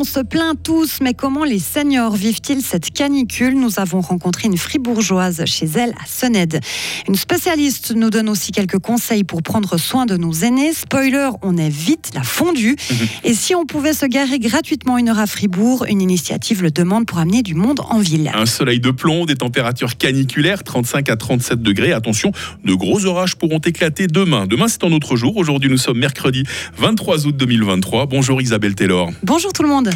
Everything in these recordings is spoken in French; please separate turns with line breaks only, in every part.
on se plaint tous, mais comment les seniors vivent-ils cette canicule ? Nous avons rencontré une fribourgeoise chez elle à Sonnede. Une spécialiste nous donne aussi quelques conseils pour prendre soin de nos aînés. Spoiler, on est vite la fondue. Et si on pouvait se garer gratuitement 1 heure à Fribourg, une initiative le demande pour amener du monde en ville.
Un soleil de plomb, des températures caniculaires, 35 à 37 degrés. Attention, de gros orages pourront éclater demain. Demain, c'est un autre jour. Aujourd'hui, nous sommes mercredi 23 août 2023. Bonjour Isabelle Taylor.
Bonjour tout le monde.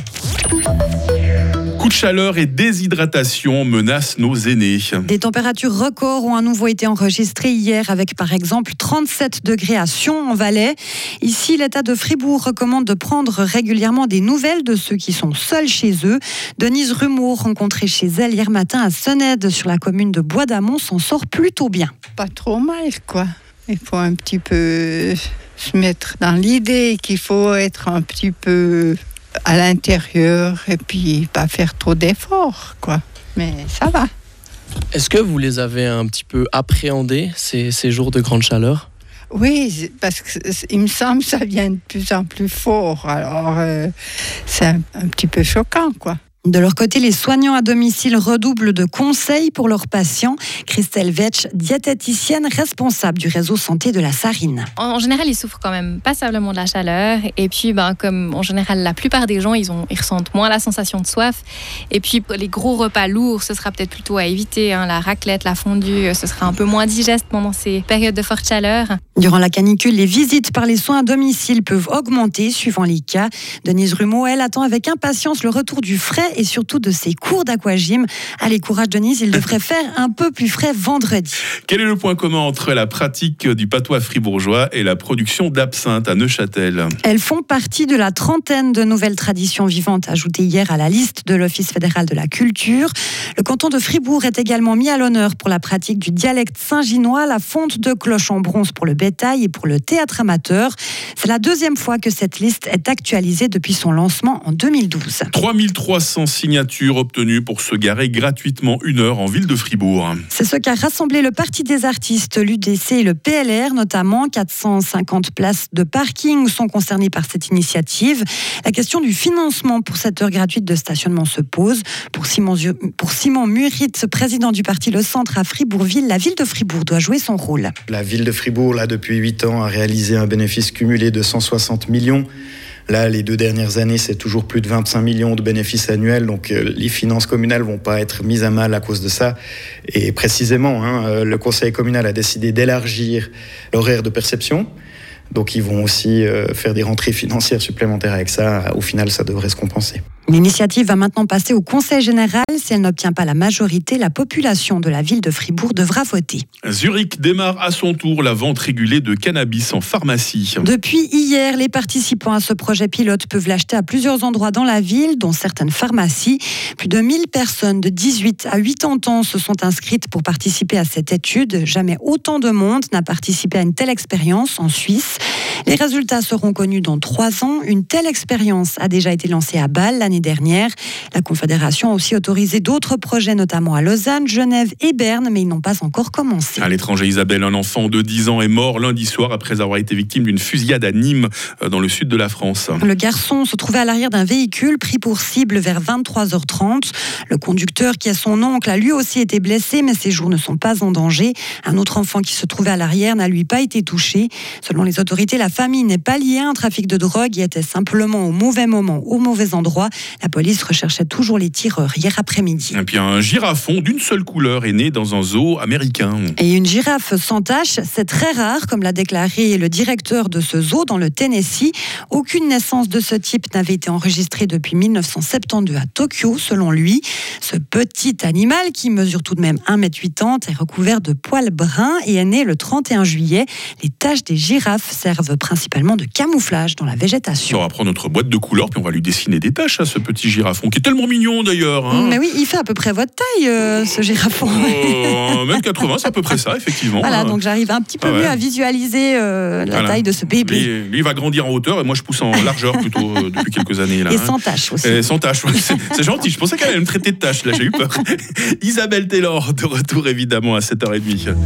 Coup de chaleur et déshydratation menacent nos aînés.
Des températures records ont à nouveau été enregistrées hier avec par exemple 37 degrés à Sion en Valais. Ici, l'État de Fribourg recommande de prendre régulièrement des nouvelles de ceux qui sont seuls chez eux. Denise Rumeau, rencontrée chez elle hier matin à Sonnede sur la commune de Bois d'Amont, s'en sort plutôt bien.
Pas trop mal quoi. Il faut un petit peu se mettre dans l'idée qu'il faut être un petit peu à l'intérieur et puis pas faire trop d'efforts, quoi. Mais ça va.
Est-ce que vous les avez un petit peu appréhendés, ces jours de grande chaleur ?
Oui, parce qu'il me semble que ça vient de plus en plus fort. Alors, c'est un petit peu choquant, quoi.
De leur côté, les soignants à domicile redoublent de conseils pour leurs patients. Christelle Vetch, diététicienne responsable du réseau santé de la Sarine.
En général, ils souffrent quand même passablement de la chaleur. Et puis, comme en général, la plupart des gens, ils ressentent moins la sensation de soif. Et puis, les gros repas lourds, ce sera peut-être plutôt à éviter. La raclette, la fondue, ce sera un peu moins digeste pendant ces périodes de forte chaleur.
Durant la canicule, les visites par les soins à domicile peuvent augmenter suivant les cas. Denise Rumeau, elle, attend avec impatience le retour du frais et surtout de ses cours d'aquagym. Allez, courage Denise, il devrait faire un peu plus frais vendredi.
Quel est le point commun entre la pratique du patois fribourgeois et la production d'absinthe à Neuchâtel ?
Elles font partie de la trentaine de nouvelles traditions vivantes ajoutées hier à la liste de l'Office fédéral de la culture. Le canton de Fribourg est également mis à l'honneur pour la pratique du dialecte saint-ginois, la fonte de cloches en bronze pour le bétail et pour le théâtre amateur. C'est la deuxième fois que cette liste est actualisée depuis son lancement en 2012.
3300 signatures obtenues pour se garer gratuitement 1 heure en ville de Fribourg.
C'est ce qu'a rassemblé le Parti des artistes, l'UDC et le PLR notamment. 450 places de parking sont concernées par cette initiative. La question du financement pour cette heure gratuite de stationnement se pose. Pour Simon Murit, président du parti Le Centre à Fribourgville, la ville de Fribourg doit jouer son rôle.
La ville de Fribourg, là, depuis 8 ans, a réalisé un bénéfice cumulé de 160 millions. Là, les 2 dernières années, c'est toujours plus de 25 millions de bénéfices annuels. Donc, les finances communales vont pas être mises à mal à cause de ça. Et précisément, le conseil communal a décidé d'élargir l'horaire de perception. Donc, ils vont aussi faire des rentrées financières supplémentaires avec ça. Au final, ça devrait se compenser.
L'initiative va maintenant passer au Conseil général. Si elle n'obtient pas la majorité, la population de la ville de Fribourg devra voter.
Zurich démarre à son tour la vente régulée de cannabis en pharmacie.
Depuis hier, les participants à ce projet pilote peuvent l'acheter à plusieurs endroits dans la ville, dont certaines pharmacies. Plus de 1000 personnes de 18 à 80 ans se sont inscrites pour participer à cette étude. Jamais autant de monde n'a participé à une telle expérience en Suisse. Les résultats seront connus dans 3 ans. Une telle expérience a déjà été lancée à Bâle l'année dernière. La Confédération a aussi autorisé d'autres projets, notamment à Lausanne, Genève et Berne, mais ils n'ont pas encore commencé.
À l'étranger, Isabelle, un enfant de 10 ans est mort lundi soir après avoir été victime d'une fusillade à Nîmes, dans le sud de la France.
Le garçon se trouvait à l'arrière d'un véhicule pris pour cible vers 23h30. Le conducteur, qui est son oncle, a lui aussi été blessé, mais ses jours ne sont pas en danger. Un autre enfant qui se trouvait à l'arrière n'a lui pas été touché. Selon les autorités, la famille n'est pas liée à un trafic de drogue et était simplement au mauvais moment, au mauvais endroit. La police recherchait toujours les tireurs hier après-midi.
Et puis un girafon d'une seule couleur est né dans un zoo américain.
Et une girafe sans tache, c'est très rare, comme l'a déclaré le directeur de ce zoo dans le Tennessee. Aucune naissance de ce type n'avait été enregistrée depuis 1972 à Tokyo, selon lui. Ce petit animal, qui mesure tout de même 1,80 m, est recouvert de poils bruns et est né le 31 juillet. Les taches des girafes servent principalement de camouflage dans la végétation.
On va prendre notre boîte de couleurs puis on va lui dessiner des taches à ce petit girafon, qui est tellement mignon d'ailleurs.
Mais oui, il fait à peu près votre taille, ce girafon.
1,80 m, c'est à peu près ça, effectivement.
Voilà, donc j'arrive un petit peu mieux à visualiser la taille de ce bébé.
Lui, il va grandir en hauteur et moi je pousse en largeur plutôt depuis quelques années. Là,
et sans tache aussi.
Et sans tache, c'est gentil. Je pensais qu'elle allait me traiter de tache, là j'ai eu peur. Isabelle Taylor, de retour évidemment à 7h30.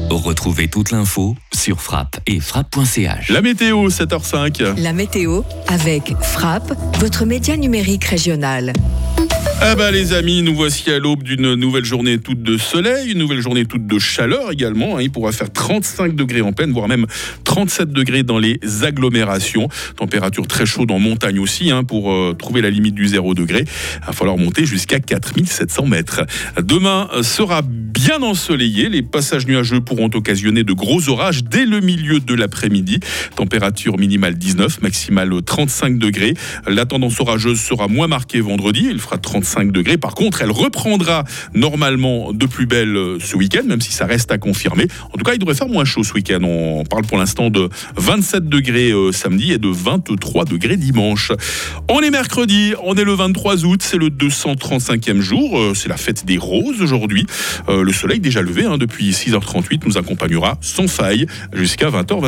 Retrouvez toute l'info sur Frappe et frappe.ch.
La météo, 7h05.
La météo avec Frappe, votre média numérique régional.
Ah bah les amis, nous voici à l'aube d'une nouvelle journée toute de soleil, une nouvelle journée toute de chaleur également. Il pourra faire 35 degrés en plaine, voire même 37 degrés dans les agglomérations. Température très chaude en montagne aussi, pour trouver la limite du 0 degré. Il va falloir monter jusqu'à 4700 mètres. Demain sera bien ensoleillé. Les passages nuageux pourront occasionner de gros orages dès le milieu de l'après-midi. Température minimale 19, maximale 35 degrés. La tendance orageuse sera moins marquée vendredi. Il fera 35 degrés. Par contre, elle reprendra normalement de plus belle ce week-end, même si ça reste à confirmer. En tout cas, il devrait faire moins chaud ce week-end. On parle pour l'instant de 27 degrés samedi et de 23 degrés dimanche. On est mercredi, on est le 23 août, c'est le 235e jour. C'est la fête des roses aujourd'hui. Le soleil déjà levé depuis 6h38 nous accompagnera sans faille jusqu'à 20h.